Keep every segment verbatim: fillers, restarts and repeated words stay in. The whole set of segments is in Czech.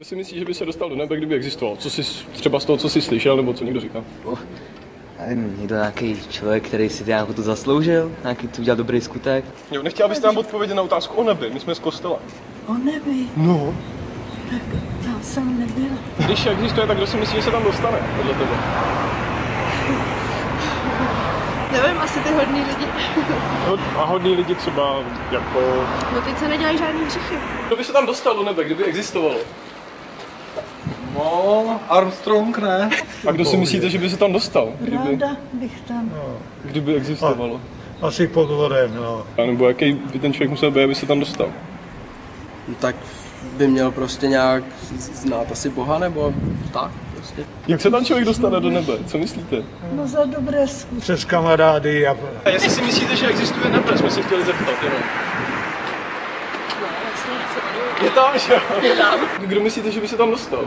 Kdo si myslíš, že by se dostal do nebe, kdyby existoval? Co jsi třeba z toho, co jsi slyšel, nebo co někdo říkal? Oh, nevím, někdo nějaký člověk, který si nějakou to zasloužil, nějaký, co udělal dobrý skutek. Jo, nechtěla byste nám odpovědět na otázku o nebi, my jsme z kostela. O nebi? No. Tak tam jsem nebyla. Když existuje, tak kdo si myslí, že se tam dostane podle tebe? Nevím, asi ty hodný lidi. A hodní lidi třeba jako... No teď se nedělají žádný hříchy. Kdo by se tam dostal do nebe, kdyby existovalo? No, Armstrong, ne? A kdo si myslíte, že by se tam dostal? Kdyby, Ráda bych tam. No, kdyby existovalo? asi pod vodem, no. A nebo jaký by ten člověk musel být, aby se tam dostal? No, tak by měl prostě nějak znát asi Boha, nebo tak prostě. Jak se tam člověk dostane do nebe? Co myslíte? No za dobré skutky. Přes kamarády a... A jestli si myslíte, že existuje nebe, jsme se chtěli zeptat, jenom. Je tam, že jo? Je tam. Kdo myslíte, že by se tam dostal?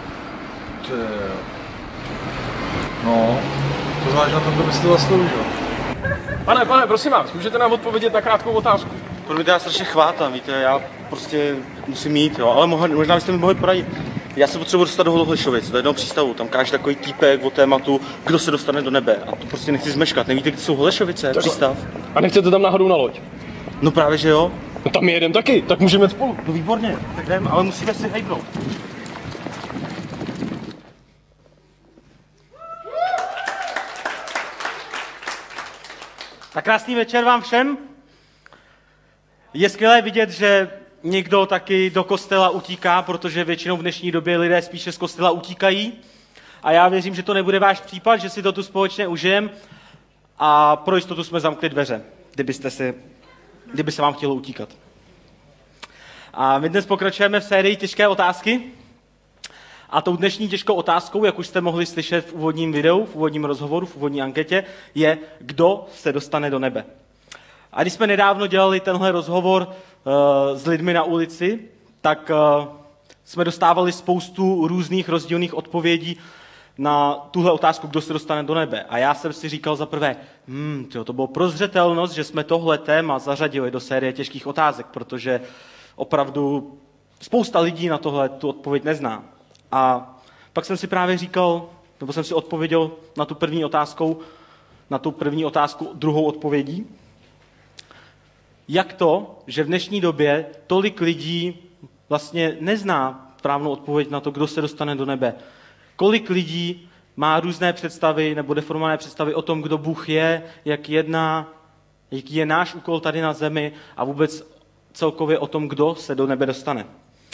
No, to záleží na tom, kdo by si to zasloužil. Pane, pane, prosím vás, můžete nám odpovědět na krátkou otázku? Promiňte, já strašně chvátám, víte, já prostě musím jít, jo, ale mohl, možná byste mi mohli poradit. Já se potřebuji dostat do Holohlešovic, do jednoho přístavu, tam káže takový týpek o tématu, kdo se dostane do nebe. A to prostě nechci zmeškat, nevíte, kde jsou Holešovice, tak přístav? A nechcete tam náhodou na loď? No právě, že jo. No tam jedem taky, tak můžeme spolu. No výborně, tak jdem, ale musíme si hejbnout. Tak krásný večer vám všem. Je skvělé vidět, že někdo taky do kostela utíká, protože většinou v dnešní době lidé spíše z kostela utíkají. A já věřím, že to nebude váš případ, že si to tu společně užijem. A pro jistotu jsme zamkli dveře, kdybyste si, kdyby se vám chtělo utíkat. A my dnes pokračujeme v sérii Těžké otázky. A tou dnešní těžkou otázkou, jak už jste mohli slyšet v úvodním videu, v úvodním rozhovoru, v úvodní anketě, je, kdo se dostane do nebe. A když jsme nedávno dělali tenhle rozhovor uh, s lidmi na ulici, tak uh, jsme dostávali spoustu různých rozdílných odpovědí na tuhle otázku, kdo se dostane do nebe. A já jsem si říkal za prvé, hmm, tyjo, to bylo prozřetelnost, že jsme tohle téma zařadili do série těžkých otázek, protože opravdu spousta lidí na tohle tu odpověď nezná. A pak jsem si právě říkal, nebo jsem si odpověděl na tu první otázku, na tu první otázku druhou odpovědí. Jak to, že v dnešní době tolik lidí vlastně nezná správnou odpověď na to, kdo se dostane do nebe? Kolik lidí má různé představy nebo deformované představy o tom, kdo Bůh je, jak jedná, jaký je náš úkol tady na zemi a vůbec celkově o tom, kdo se do nebe dostane.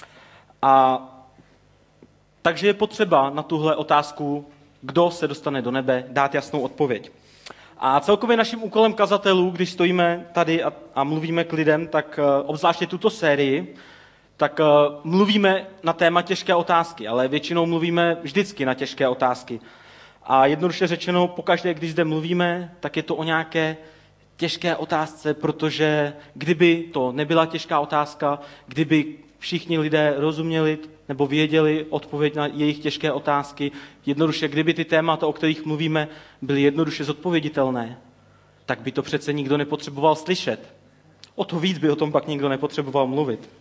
A takže je potřeba na tuhle otázku, kdo se dostane do nebe, dát jasnou odpověď. A celkově naším úkolem kazatelů, když stojíme tady a, a mluvíme k lidem, tak uh, obzvláště tuto sérii, tak uh, mluvíme na téma těžké otázky, ale většinou mluvíme vždycky na těžké otázky. A jednoduše řečeno, pokaždé, když zde mluvíme, tak je to o nějaké těžké otázce, protože kdyby to nebyla těžká otázka, kdyby všichni lidé rozuměli nebo věděli odpověď na jejich těžké otázky, jednoduše, kdyby ty témata, o kterých mluvíme, byly jednoduše zodpověditelné, tak by to přece nikdo nepotřeboval slyšet. O to víc by o tom pak nikdo nepotřeboval mluvit.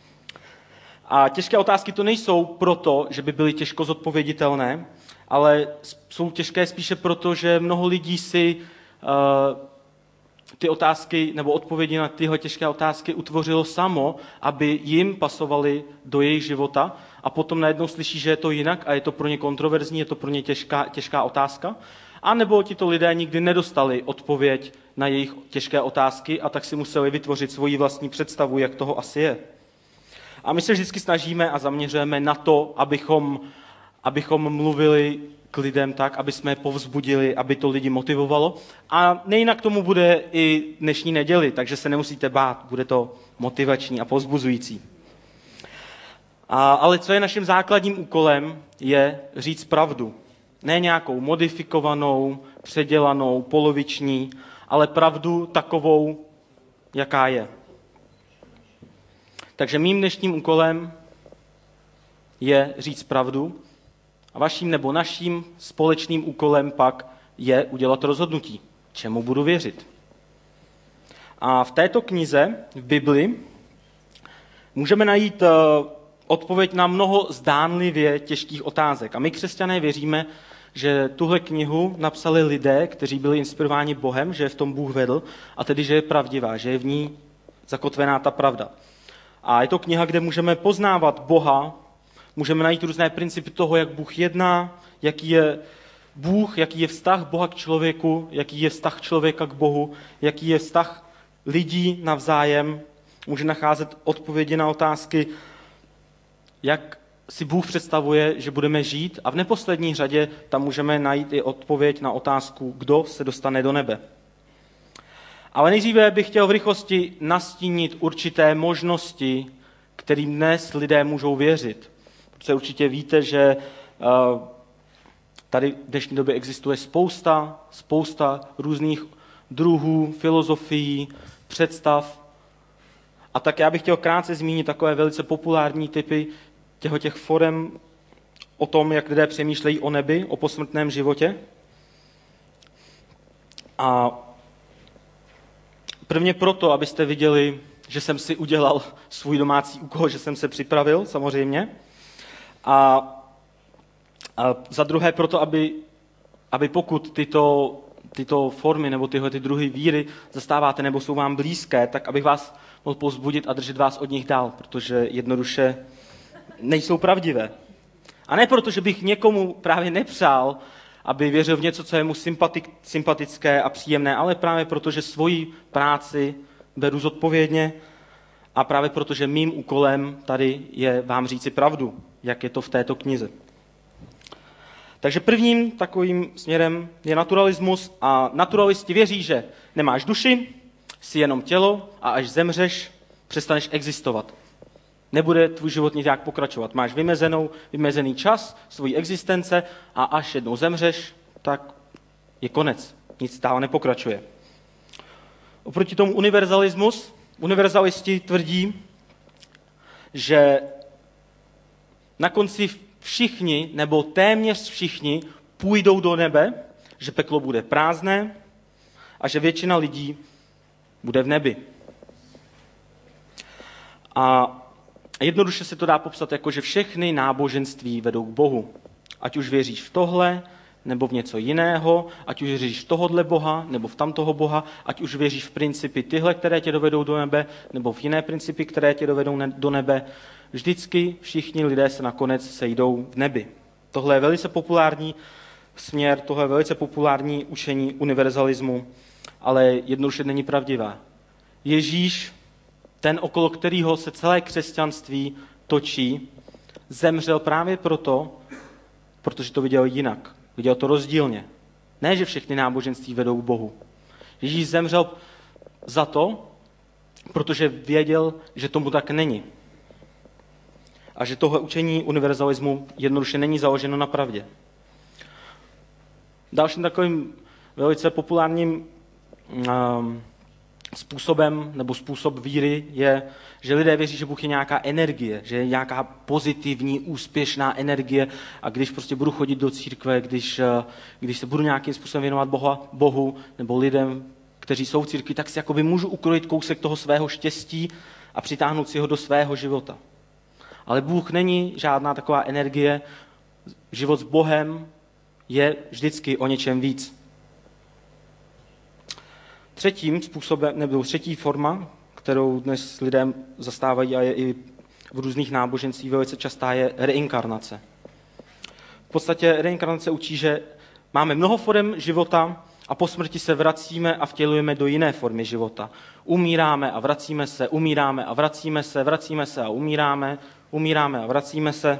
A těžké otázky to nejsou proto, že by byly těžko zodpověditelné, ale jsou těžké spíše proto, že mnoho lidí si uh, ty otázky nebo odpovědi na tyhle těžké otázky utvořilo samo, aby jim pasovaly do jejich života a potom najednou slyší, že je to jinak a je to pro ně kontroverzní, je to pro ně těžká, těžká otázka. A nebo tito lidé nikdy nedostali odpověď na jejich těžké otázky a tak si museli vytvořit svoji vlastní představu, jak toho asi je. A my se vždycky snažíme a zaměřujeme na to, abychom, abychom mluvili k lidem tak, aby jsme je povzbudili, aby to lidi motivovalo. A nejinak tomu bude i dnešní neděli, takže se nemusíte bát, bude to motivační a povzbuzující. A, ale co je naším základním úkolem, je říct pravdu. Ne nějakou modifikovanou, předělanou, poloviční, ale pravdu takovou, jaká je. Takže mým dnešním úkolem je říct pravdu a vaším nebo naším společným úkolem pak je udělat rozhodnutí, čemu budu věřit. A v této knize, v Bibli, můžeme najít odpověď na mnoho zdánlivě těžkých otázek. A my křesťané věříme, že tuhle knihu napsali lidé, kteří byli inspirováni Bohem, že je v tom Bůh vedl, a tedy, že je pravdivá, že je v ní zakotvená ta pravda. A je to kniha, kde můžeme poznávat Boha, můžeme najít různé principy toho, jak Bůh jedná, jaký je Bůh, jaký je vztah Boha k člověku, jaký je vztah člověka k Bohu, jaký je vztah lidí navzájem. Může nacházet odpovědi na otázky, jak si Bůh představuje, že budeme žít, a v neposlední řadě tam můžeme najít i odpověď na otázku, kdo se dostane do nebe. Ale nejdříve bych chtěl v rychlosti nastínit určité možnosti, kterým dnes lidé můžou věřit. Protože určitě víte, že tady v dnešní době existuje spousta, spousta různých druhů, filozofií, představ. A tak já bych chtěl krátce zmínit takové velice populární typy těchto těch forem o tom, jak lidé přemýšlejí o nebi, o posmrtném životě. A prvně proto, abyste viděli, že jsem si udělal svůj domácí úkol, že jsem se připravil, samozřejmě. A, a za druhé proto, aby, aby pokud tyto, tyto formy nebo tyhle ty druhy víry zastáváte nebo jsou vám blízké, tak abych vás mohl povzbudit a držet vás od nich dál, protože jednoduše nejsou pravdivé. A ne proto, že bych někomu právě nepřál, aby věřil v něco, co je mu sympatik, sympatické a příjemné, ale právě proto, že svoji práci beru zodpovědně a právě proto, že mým úkolem tady je vám říci pravdu, jak je to v této knize. Takže prvním takovým směrem je naturalismus a naturalisti věří, že nemáš duši, jsi jenom tělo a až zemřeš, přestaneš existovat. Nebude tvůj život nějak pokračovat. Máš vymezenou, vymezený čas svojí existence a až jednou zemřeš, tak je konec. Nic stále nepokračuje. Oproti tomu univerzalismus, univerzalisti tvrdí, že na konci všichni, nebo téměř všichni, půjdou do nebe, že peklo bude prázdné a že většina lidí bude v nebi. A jednoduše se to dá popsat jako, že všechny náboženství vedou k Bohu. Ať už věříš v tohle, nebo v něco jiného, ať už věříš v tohodle Boha, nebo v tamtoho Boha, ať už věříš v principy tyhle, které tě dovedou do nebe, nebo v jiné principy, které tě dovedou do nebe. Vždycky všichni lidé se nakonec sejdou v nebi. Tohle je velice populární směr, tohle je velice populární učení univerzalismu, ale jednoduše není pravdivá. Ježíš, ten, okolo kterého se celé křesťanství točí, zemřel právě proto, protože to viděl jinak. Viděl to rozdílně. Ne, že všechny náboženství vedou k Bohu. Ježíš zemřel za to, protože věděl, že tomu tak není. A že tohle učení univerzalismu jednoduše není založeno na pravdě. Dalším takovým velice populárním um, způsobem nebo způsob víry je, že lidé věří, že Bůh je nějaká energie, že je nějaká pozitivní, úspěšná energie a když prostě budu chodit do církve, když, když se budu nějakým způsobem věnovat Boha, Bohu nebo lidem, kteří jsou v církvi, tak si jakoby můžu ukrojit kousek toho svého štěstí a přitáhnout si ho do svého života. Ale Bůh není žádná taková energie. Život s Bohem je vždycky o něčem víc. Třetím způsobem, nebo třetí forma, kterou dnes lidé zastávají a je i v různých náboženstvích velice častá, je reinkarnace. V podstatě reinkarnace učí, že máme mnoho forem života a po smrti se vracíme a vtělujeme do jiné formy života. Umíráme a vracíme se, umíráme a vracíme se, vracíme se a umíráme, umíráme a vracíme se.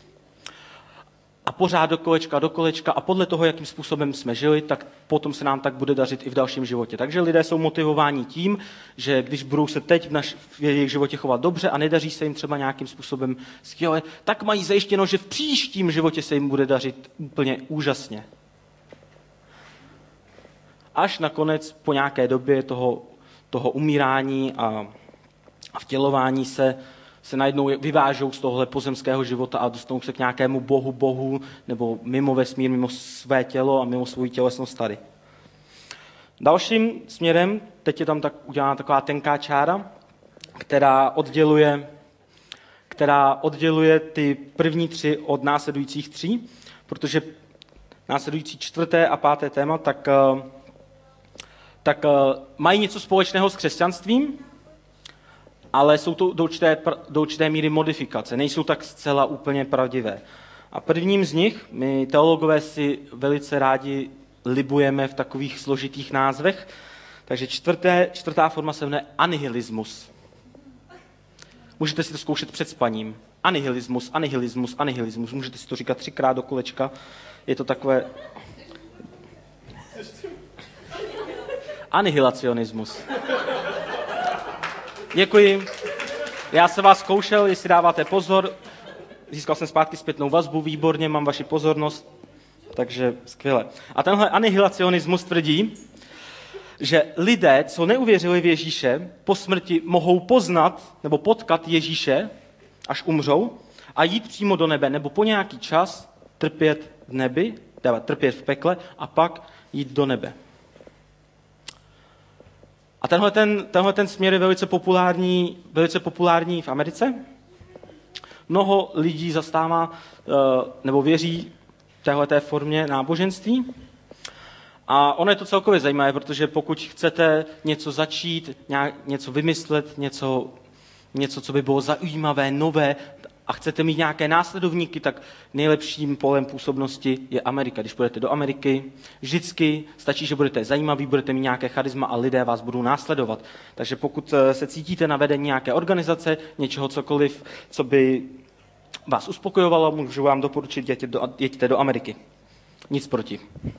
A pořád do kolečka, do kolečka a podle toho, jakým způsobem jsme žili, tak potom se nám tak bude dařit i v dalším životě. Takže lidé jsou motivováni tím, že když budou se teď v, naš, v jejich životě chovat dobře a nedaří se jim třeba nějakým způsobem skvěle, tak mají zajištěno, že v příštím životě se jim bude dařit úplně úžasně. Až nakonec po nějaké době toho, toho umírání a, a vtělování se se najednou vyvážou z tohohle pozemského života a dostanou se k nějakému bohu, bohu, nebo mimo vesmír, mimo své tělo a mimo svou tělesnost tady. Dalším směrem, teď je tam tak udělána taková tenká čára, která odděluje která odděluje ty první tři od následujících tří, protože následující čtvrté a páté téma, tak, tak mají něco společného s křesťanstvím, ale jsou to do určité, do určité míry modifikace, nejsou tak zcela úplně pravdivé. A prvním z nich, my teologové si velice rádi libujeme v takových složitých názvech, takže čtvrté, čtvrtá forma se jmenuje anihilismus. Můžete si to zkoušet před spaním. Anihilismus, anihilismus, anihilismus. Můžete si to říkat třikrát do kolečka. Je to takové... Anihilacionismus. Děkuji. Já se vás zkoušel, jestli dáváte pozor. Získal jsem zpátky zpětnou vazbu, výborně, mám vaši pozornost. Takže skvěle. A tenhle anihilacionismus tvrdí, že lidé, co neuvěřili v Ježíše, po smrti mohou poznat nebo potkat Ježíše, až umřou, a jít přímo do nebe, nebo po nějaký čas trpět v nebi, trpět v pekle a pak jít do nebe. A tenhle ten, tenhle ten směr je velice populární, velice populární v Americe. Mnoho lidí zastává nebo věří téhleté formě náboženství. A ono je to celkově zajímavé, protože pokud chcete něco začít, něco vymyslet, něco, něco, co by bylo zajímavé, nové, a chcete mít nějaké následovníky, tak nejlepším polem působnosti je Amerika. Když půjdete do Ameriky, vždycky stačí, že budete zajímaví, budete mít nějaké charisma a lidé vás budou následovat. Takže pokud se cítíte na vedení nějaké organizace, něčeho cokoliv, co by vás uspokojovalo, můžu vám doporučit, jeďte do, jeďte do Ameriky. Nic proti.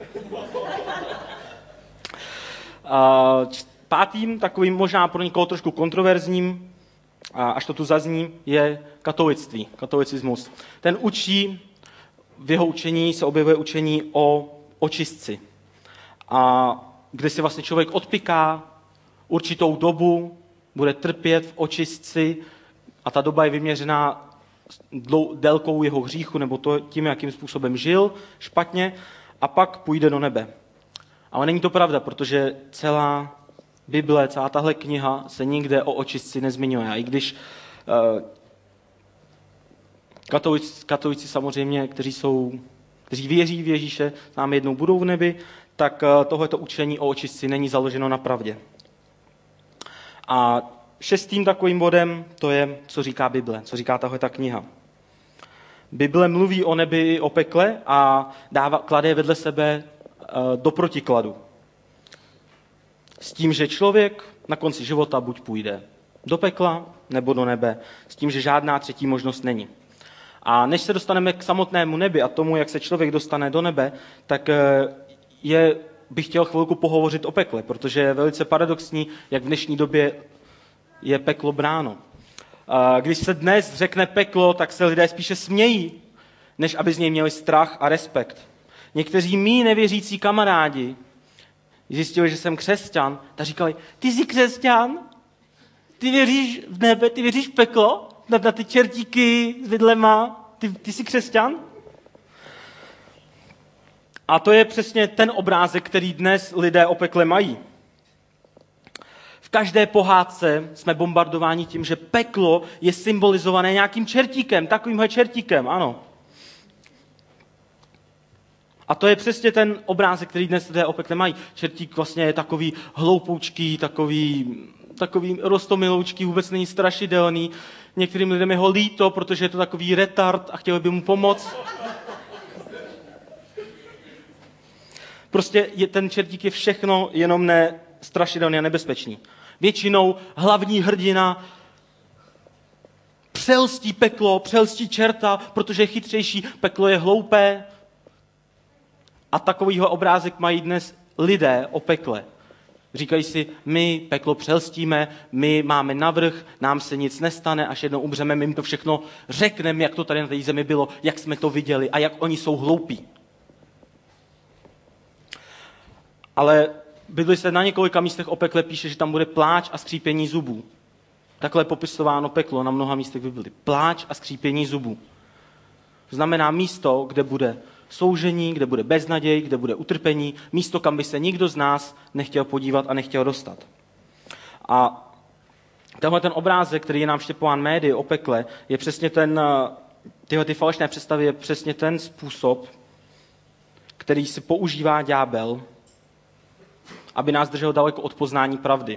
Uh, pátým, takovým možná pro někoho trošku kontroverzním, až to tu zazní, je katolictví, katolicismus. Ten učí, v jeho učení se objevuje učení o očistci. A kde si vlastně člověk odpiká určitou dobu, bude trpět v očistci a ta doba je vyměřená délkou jeho hříchu nebo to, tím, jakým způsobem žil špatně a pak půjde do nebe. Ale není to pravda, protože celá Bible, celá tahle kniha se nikde o očistci nezmiňuje. A i když uh, katolici, katolici samozřejmě, kteří, jsou, kteří věří v Ježíše, nám jednou budou v nebi, tak uh, tohleto učení o očistci není založeno na pravdě. A šestým takovým bodem to je, co říká Bible, co říká tahleta kniha. Bible mluví o nebi i o pekle a dává, klade vedle sebe uh, do protikladu. S tím, že člověk na konci života buď půjde do pekla nebo do nebe, s tím, že žádná třetí možnost není. A než se dostaneme k samotnému nebi a tomu, jak se člověk dostane do nebe, tak je, bych chtěl chvilku pohovořit o pekle, protože je velice paradoxní, jak v dnešní době je peklo bráno. Když se dnes řekne peklo, tak se lidé spíše smějí, než aby z něj měli strach a respekt. Někteří mí nevěřící kamarádi zjistili, že jsem křesťan, tak říkali, ty jsi křesťan? Ty věříš v nebe, ty věříš v peklo? Na, na ty čertíky s vidlema? Ty, ty jsi křesťan? A to je přesně ten obrázek, který dnes lidé o pekle mají. V každé pohádce jsme bombardováni tím, že peklo je symbolizované nějakým čertíkem, takovýmhle čertíkem, ano. A to je přesně ten obrázek, který dnes lidé o pekle mají. Čertík vlastně je takový hloupoučký, takový, takový rostomiloučký, vůbec není strašidelný. Některým lidem je ho líto, protože je to takový retard a chtěli by mu pomoct. Prostě je, ten čertík je všechno, jenom ne strašidelný a nebezpečný. Většinou hlavní hrdina přelstí peklo, přelstí čerta, protože je chytřejší, peklo je hloupé. A takovýho obrázek mají dnes lidé o pekle. Říkají si, my peklo přelstíme, my máme navrch, nám se nic nestane, až jednou umřeme, my jim to všechno řekneme, jak to tady na té zemi bylo, jak jsme to viděli a jak oni jsou hloupí. Ale Bibli se na několika místech o pekle píše, že tam bude pláč a skřípění zubů. Takhle je popisováno peklo na mnoha místech v Bibli. Pláč a skřípění zubů. Znamená místo, kde bude soužení, kde bude beznaděj, kde bude utrpení, místo, kam by se nikdo z nás nechtěl podívat a nechtěl dostat. A tenhle ten obrázek, který je nám štěpován médii o pekle, je přesně ten, tyhle ty falešné představy je přesně ten způsob, který si používá ďábel, aby nás držel daleko od poznání pravdy.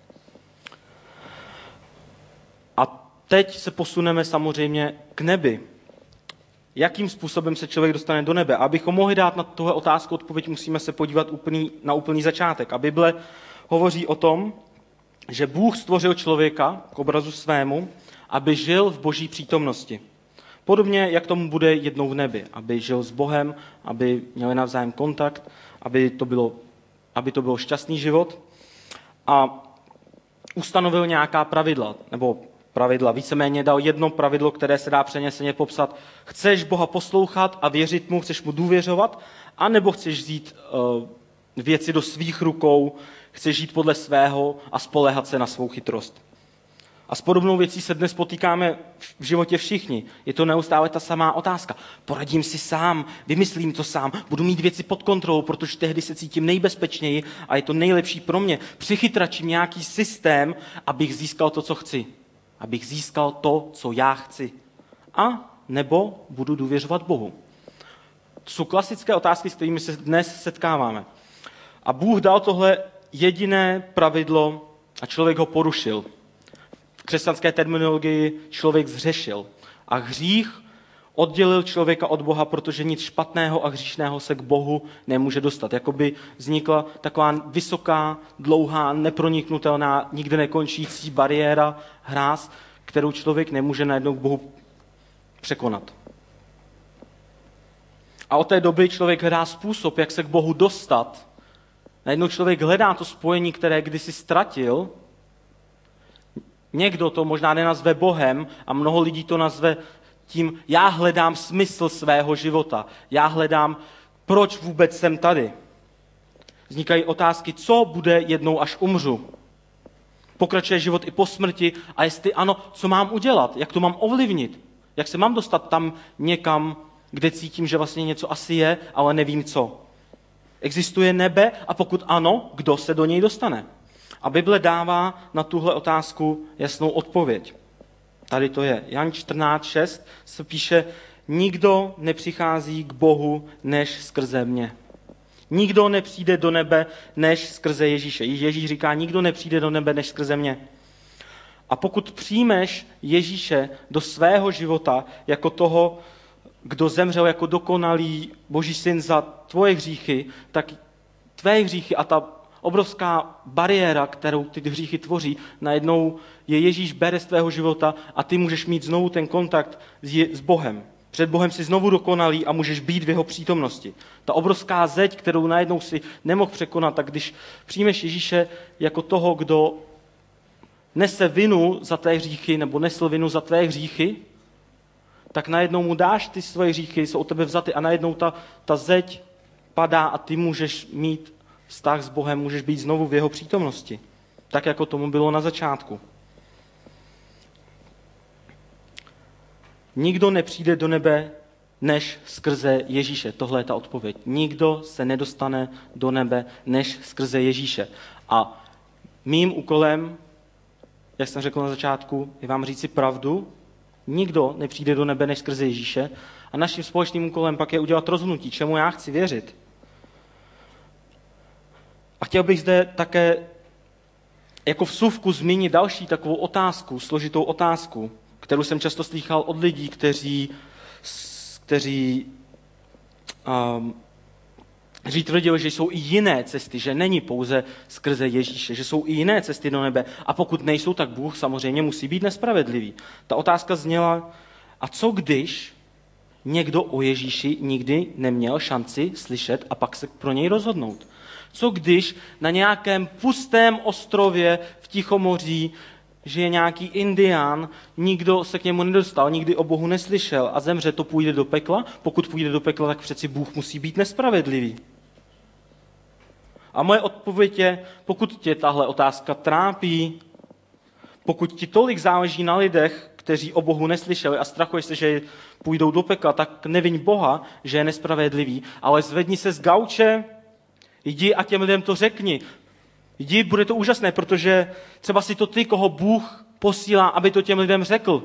A teď se posuneme samozřejmě k nebi. Jakým způsobem se člověk dostane do nebe? Abychom mohli dát na tuhle otázku odpověď, musíme se podívat úplný, na úplný začátek. A Bible hovoří o tom, že Bůh stvořil člověka k obrazu svému, aby žil v boží přítomnosti. Podobně, jak tomu bude jednou v nebi. Aby žil s Bohem, aby měli navzájem kontakt, aby to bylo, aby to byl šťastný život. A ustanovil nějaká pravidla, nebo pravidla. Víceméně dal jedno pravidlo, které se dá přeneseně popsat. Chceš Boha poslouchat a věřit mu, chceš mu důvěřovat, anebo chceš vzít uh, věci do svých rukou, chceš žít podle svého a spoléhat se na svou chytrost. A s podobnou věcí se dnes potýkáme v životě všichni. Je to neustále ta samá otázka. Poradím si sám, vymyslím to sám, budu mít věci pod kontrolou, protože tehdy se cítím nejbezpečněji a je to nejlepší pro mě. Přichytračím nějaký systém, abych získal to, co chci. Abych získal to, co já chci. A nebo budu důvěřovat Bohu. To jsou klasické otázky, s kterými se dnes setkáváme. A Bůh dal tohle jediné pravidlo a člověk ho porušil. V křesťanské terminologii člověk zhřešil. A hřích oddělil člověka od Boha, protože nic špatného a hříšného se k Bohu nemůže dostat. Jakoby vznikla taková vysoká, dlouhá, neproniknutelná, nikdy nekončící bariéra, hráz, kterou člověk nemůže najednou k Bohu překonat. A od té doby člověk hledá způsob, jak se k Bohu dostat. Najednou člověk hledá to spojení, které kdysi ztratil. Někdo to možná nenazve Bohem a mnoho lidí to nazve tím, já hledám smysl svého života. Já hledám, proč vůbec jsem tady. Vznikají otázky, co bude jednou, až umřu. Pokračuje život i po smrti a jestli ano, co mám udělat, jak to mám ovlivnit, jak se mám dostat tam někam, kde cítím, že vlastně něco asi je, ale nevím co. Existuje nebe a pokud ano, kdo se do něj dostane? A Bible dává na tuhle otázku jasnou odpověď. Tady to je. Jan čtrnáct šest se píše, nikdo nepřichází k Bohu než skrze mě. Nikdo nepřijde do nebe než skrze Ježíše. Ježíš říká, nikdo nepřijde do nebe než skrze mě. A pokud přijmeš Ježíše do svého života jako toho, kdo zemřel jako dokonalý Boží syn za tvoje hříchy, tak tvé hříchy a ta obrovská bariéra, kterou ty hříchy tvoří, najednou je Ježíš bere z tvého života a ty můžeš mít znovu ten kontakt s Bohem. Před Bohem jsi znovu dokonalý a můžeš být v jeho přítomnosti. Ta obrovská zeď, kterou najednou si nemohl překonat, tak když přijmeš Ježíše jako toho, kdo nese vinu za tvé hříchy nebo nesl vinu za tvé hříchy, tak najednou mu dáš ty svoje hříchy, jsou od tebe vzaty a najednou ta, ta zeď padá a ty můžeš mít vztah s Bohem, můžeš být znovu v jeho přítomnosti. Tak, jako tomu bylo na začátku. Nikdo nepřijde do nebe než skrze Ježíše. Tohle je ta odpověď. Nikdo se nedostane do nebe než skrze Ježíše. A mým úkolem, jak jsem řekl na začátku, je vám říci pravdu. Nikdo nepřijde do nebe než skrze Ježíše. A naším společným úkolem pak je udělat rozhodnutí, čemu já chci věřit. A chtěl bych zde také jako vsuvku zmínit další takovou otázku, složitou otázku, kterou jsem často slýchal od lidí, kteří, kteří, um, kteří tvrdili, že jsou i jiné cesty, že není pouze skrze Ježíše, že jsou i jiné cesty do nebe. A pokud nejsou, tak Bůh samozřejmě musí být nespravedlivý. Ta otázka zněla, a co když někdo o Ježíši nikdy neměl šanci slyšet a pak se pro něj rozhodnout? Co když na nějakém pustém ostrově v Tichomoří žije nějaký indián, nikdo se k němu nedostal, nikdy o Bohu neslyšel a zemře, to půjde do pekla? Pokud půjde do pekla, tak přeci Bůh musí být nespravedlivý. A moje odpověď je, pokud tě tahle otázka trápí, pokud ti tolik záleží na lidech, kteří o Bohu neslyšeli a strachuješ se, že půjdou do pekla, tak neviň Boha, že je nespravedlivý, ale zvedni se z gauče, jdi a těm lidem to řekni. Jdi, bude to úžasné, protože třeba si to ty, koho Bůh posílá, aby to těm lidem řekl.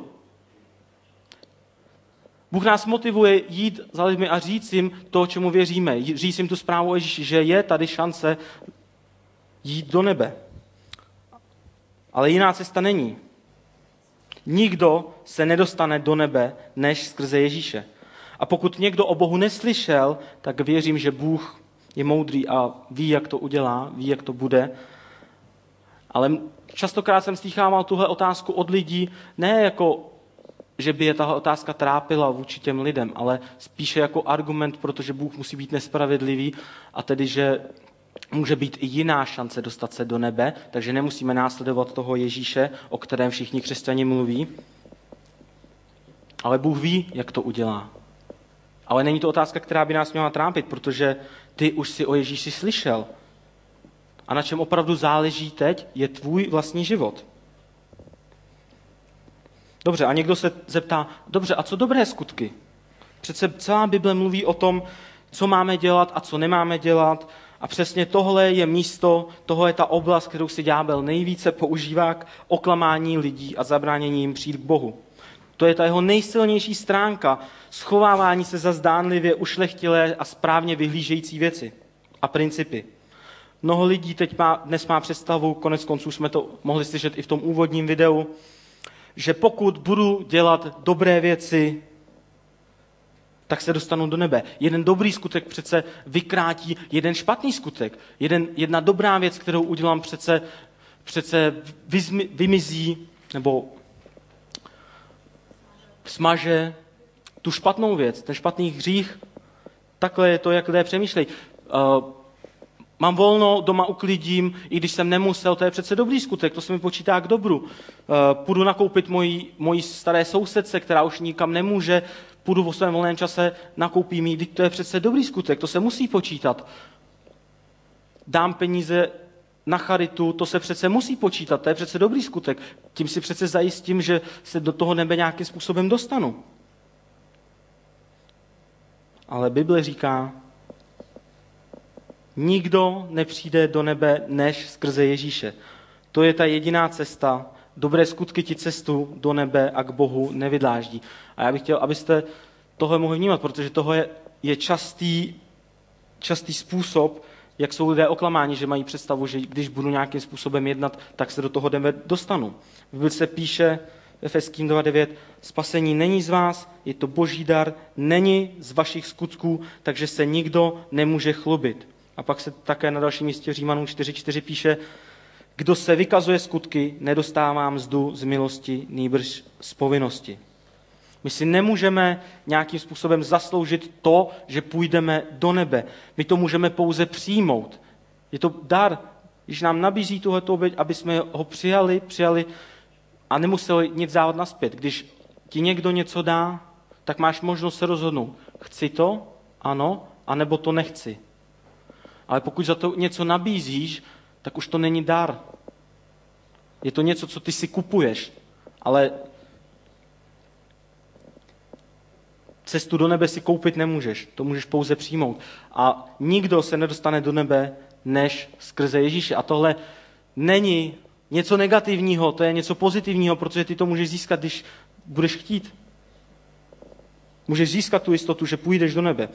Bůh nás motivuje jít za lidmi a říct jim to, čemu věříme. Říct jim tu zprávu o Ježíši, že je tady šance jít do nebe. Ale jiná cesta není. Nikdo se nedostane do nebe, než skrze Ježíše. A pokud někdo o Bohu neslyšel, tak věřím, že Bůh je moudrý a ví, jak to udělá, ví, jak to bude. Ale častokrát jsem slýchával tuhle otázku od lidí, ne jako, že by je tahle otázka trápila vůči těm lidem, ale spíše jako argument, protože Bůh musí být nespravedlivý a tedy, že může být i jiná šance dostat se do nebe, takže nemusíme následovat toho Ježíše, o kterém všichni křesťani mluví. Ale Bůh ví, jak to udělá. Ale není to otázka, která by nás měla trápit, protože ty už si o Ježíši slyšel. A na čem opravdu záleží teď, je tvůj vlastní život. Dobře, a někdo se zeptá, dobře, a co dobré skutky? Přece celá Bible mluví o tom, co máme dělat a co nemáme dělat. A přesně tohle je místo, tohle je ta oblast, kterou si ďábel nejvíce používá k oklamání lidí a zabránění jim přijít k Bohu. To je ta jeho nejsilnější stránka, schovávání se za zdánlivě ušlechtilé a správně vyhlížející věci a principy. Mnoho lidí teď má, dnes má představu, konec konců jsme to mohli slyšet i v tom úvodním videu, že pokud budu dělat dobré věci, tak se dostanu do nebe. Jeden dobrý skutek přece vykrátí jeden špatný skutek. Jeden, jedna dobrá věc, kterou udělám, přece, přece vyzmi, vymizí nebo smaže tu špatnou věc, ten špatný hřích. Takhle je to, jak lidé přemýšlejí. Uh, mám volno, doma uklidím, i když jsem nemusel, to je přece dobrý skutek, to se mi počítá k dobru. Uh, půjdu nakoupit mojí, mojí staré sousedce, která už nikam nemůže, půjdu vo svém volném čase, nakoupím jí, to je přece dobrý skutek, to se musí počítat. Dám peníze na charitu, to se přece musí počítat, to je přece dobrý skutek. Tím si přece zajistím, že se do toho nebe nějakým způsobem dostanu. Ale Bible říká, nikdo nepřijde do nebe než skrze Ježíše. To je ta jediná cesta. Dobré skutky ti cestu do nebe a k Bohu nevydláždí. A já bych chtěl, abyste tohle mohli vnímat, protože tohle je častý, častý způsob, jak jsou lidé oklamáni, že mají představu, že když budu nějakým způsobem jednat, tak se do toho nebe dostanu. V Bible se píše v Efeským dva devět, spasení není z vás, je to boží dar, není z vašich skutků, takže se nikdo nemůže chlubit. A pak se také na dalším místě Římanům čtyři čtyři píše, kdo se vykazuje skutky, nedostává mzdu z milosti, nýbrž z povinnosti. My si nemůžeme nějakým způsobem zasloužit to, že půjdeme do nebe. My to můžeme pouze přijmout. Je to dar, když nám nabízí tuhleto oběť, aby jsme ho přijali, přijali a nemuseli nic dávat nazpět. Když ti někdo něco dá, tak máš možnost se rozhodnout. Chci to, ano, anebo to nechci. Ale pokud za to něco nabízíš, tak už to není dar. Je to něco, co ty si kupuješ, ale cestu do nebe si koupit nemůžeš, to můžeš pouze přijmout. A nikdo se nedostane do nebe, než skrze Ježíše. A tohle není něco negativního, to je něco pozitivního, protože ty to můžeš získat, když budeš chtít. Můžeš získat tu jistotu, že půjdeš do nebe.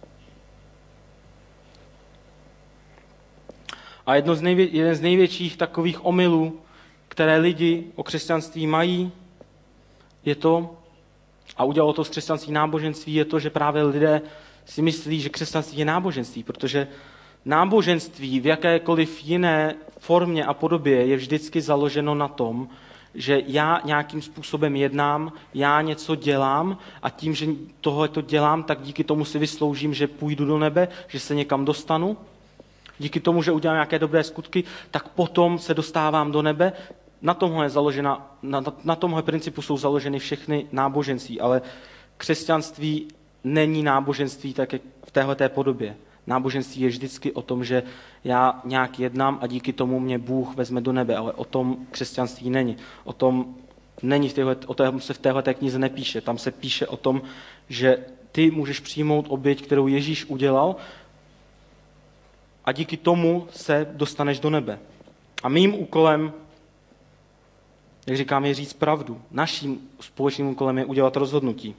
A jedno z nejvě- jeden z největších takových omylů, které lidi o křesťanství mají, je to, a udělalo to z křesťanství náboženství, je to, že právě lidé si myslí, že křesťanství je náboženství, protože náboženství v jakékoliv jiné formě a podobě je vždycky založeno na tom, že já nějakým způsobem jednám, já něco dělám a tím, že tohleto dělám, tak díky tomu si vysloužím, že půjdu do nebe, že se někam dostanu. Díky tomu, že udělám nějaké dobré skutky, tak potom se dostávám do nebe. Na tomhle, je založena, na, na tomhle principu jsou založeny všechny náboženství, ale křesťanství není náboženství tak, jak v téhleté podobě. Náboženství je vždycky o tom, že já nějak jednám a díky tomu mě Bůh vezme do nebe, ale o tom křesťanství není. O tom, není v téhle, o tom se v téhleté knize nepíše. Tam se píše o tom, že ty můžeš přijmout oběť, kterou Ježíš udělal, a díky tomu se dostaneš do nebe. A mým úkolem, jak říkám, je říct pravdu. Naším společným úkolem je udělat rozhodnutí.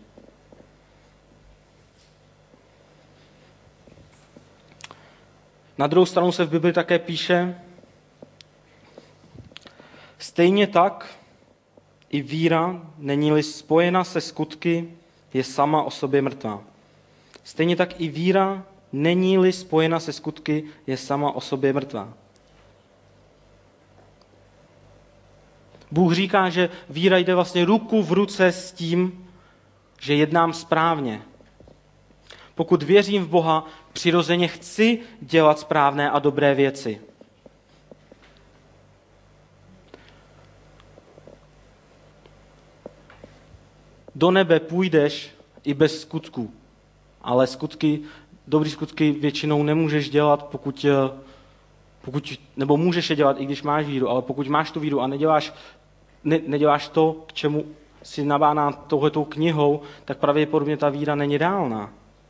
Na druhou stranu se v Bibli také píše, stejně tak i víra, není-li spojena se skutky, je sama o sobě mrtvá. Stejně tak i víra, není-li spojena se skutky, je sama o sobě mrtvá. Bůh říká, že víra jde vlastně ruku v ruce s tím, že jednám správně. Pokud věřím v Boha, přirozeně chci dělat správné a dobré věci. Do nebe půjdeš i bez skutků, ale skutky, dobrý skutky většinou nemůžeš dělat, pokud, pokud, nebo můžeš je dělat, i když máš víru, ale pokud máš tu víru a neděláš, ne, neděláš to, k čemu si nabáná touhletou knihou, tak pravděpodobně ta víra není reálná.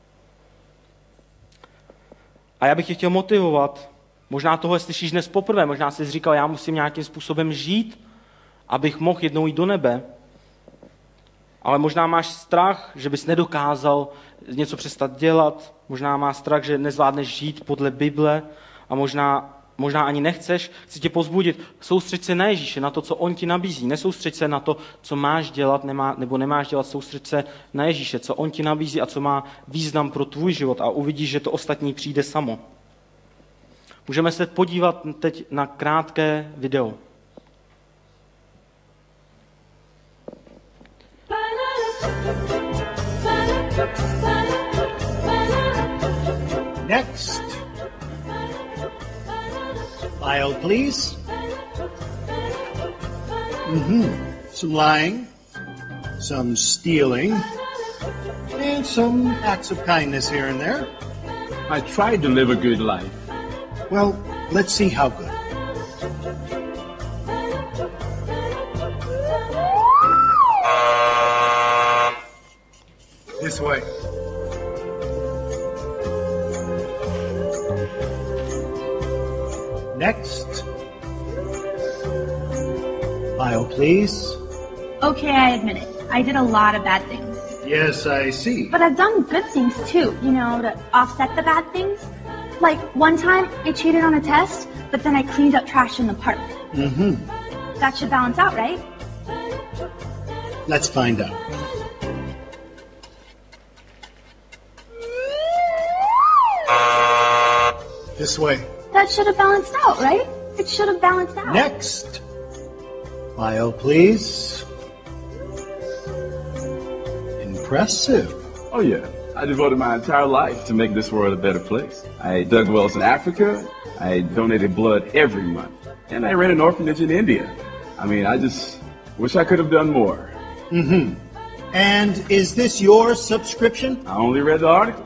A já bych tě chtěl motivovat, možná tohle slyšíš dnes poprvé, možná jsi říkal, já musím nějakým způsobem žít, abych mohl jednou jít do nebe. Ale možná máš strach, že bys nedokázal něco přestat dělat, možná máš strach, že nezvládneš žít podle Bible a možná, možná ani nechceš. Chci tě povzbudit, soustřeď se na Ježíše, na to, co on ti nabízí. Nesoustřeď se na to, co máš dělat nemá, nebo nemáš dělat, soustřeď se na Ježíše, co on ti nabízí a co má význam pro tvůj život a uvidíš, že to ostatní přijde samo. Můžeme se podívat teď na krátké video. Next. File, please. Mm-hmm. Some lying, some stealing, and some acts of kindness here and there. I tried to live a good life. Well, let's see how good. This way. Next. File, please. Okay, I admit it. I did a lot of bad things. Yes, I see. But I've done good things too, you know, to offset the bad things. Like, one time I cheated on a test, but then I cleaned up trash in the park. Mm-hmm. That should balance out, right? Let's find out. This way. That should have balanced out, right? It should have balanced out. Next. File, please. Impressive. Oh, yeah. I devoted my entire life to make this world a better place. I dug wells in Africa. I donated blood every month. And I ran an orphanage in India. I mean, I just wish I could have done more. Mm-hmm. And is this your subscription? I only read the articles.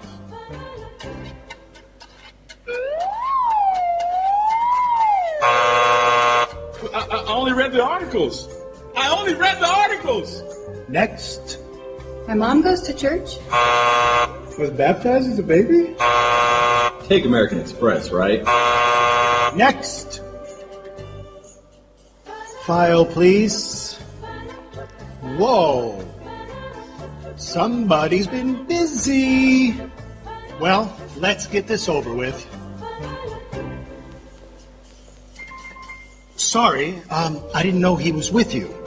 I, I only read the articles. I only read the articles. Next. My mom goes to church. Was baptized as a baby? Take American Express, right? Next. File, please. Whoa. Somebody's been busy. Well, let's get this over with. Sorry, um, I didn't know he was with you.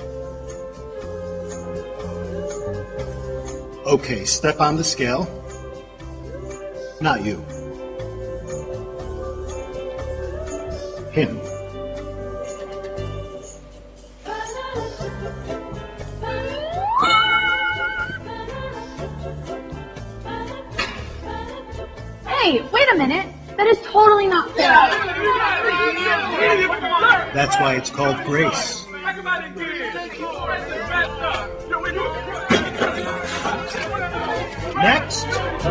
Okay, step on the scale. Not you. Him. Hey, wait a minute. That is totally not fair. That's why it's called grace. Next.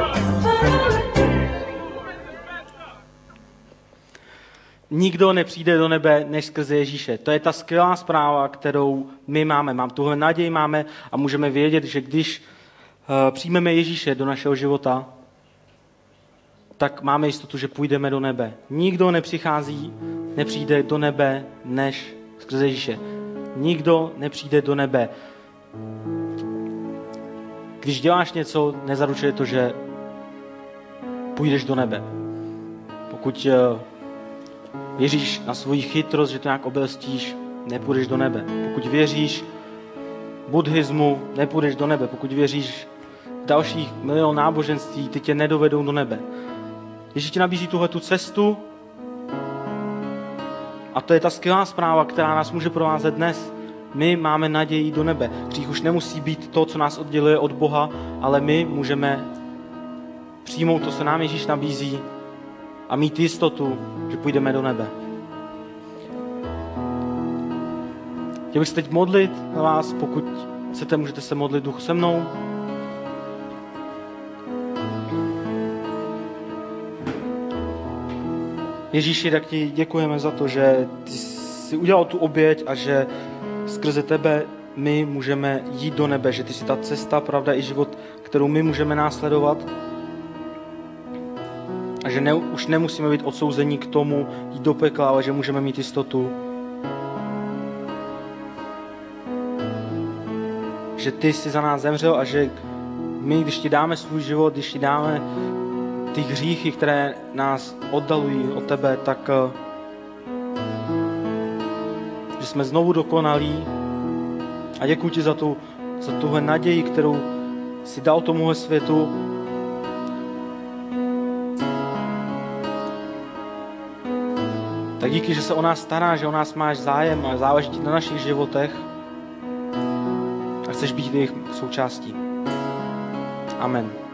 Nikdo nepřijde do nebe než skrze Ježíše. To je ta skvělá zpráva, kterou my máme. Mám tuhle naději máme a můžeme vědět, že když uh, přijmeme Ježíše do našeho života, tak máme jistotu, že půjdeme do nebe. Nikdo nepřichází nepřijde do nebe než skrze Ježíše. Nikdo nepřijde do nebe. Když děláš něco, nezaručuje to, že půjdeš do nebe. Pokud věříš na svoji chytrost, že to nějak obelstíš, nepůjdeš do nebe. Pokud věříš buddhismu, nepůjdeš do nebe. Pokud věříš v dalších milion náboženství, ty tě nedovedou do nebe. Ježíš ti nabízí tuhle tu cestu a to je ta skvělá zpráva, která nás může provázet dnes. My máme naději do nebe. Hřích už nemusí být to, co nás odděluje od Boha, ale my můžeme přijmout to, co nám Ježíš nabízí a mít jistotu, že půjdeme do nebe. Chtěl bych se teď modlit na vás, pokud chcete, můžete se modlit duchu se mnou. Ježíši, tak ti děkujeme za to, že ty jsi udělal tu oběť a že skrze tebe my můžeme jít do nebe, že ty jsi ta cesta, pravda i život, kterou my můžeme následovat a že ne, už nemusíme být odsouzení k tomu jít do pekla, ale že můžeme mít jistotu, že ty jsi za nás zemřel a že my, když ti dáme svůj život, když ti dáme ty hříchy, které nás oddalují od tebe, tak že jsme znovu dokonalí a děkuji ti za, tu, za tuhle naději, kterou si dal tomuhle světu. Tak díky, že se o nás staráš, že o nás máš zájem a záleží ti na našich životech a chceš být jejich součástí. Amen.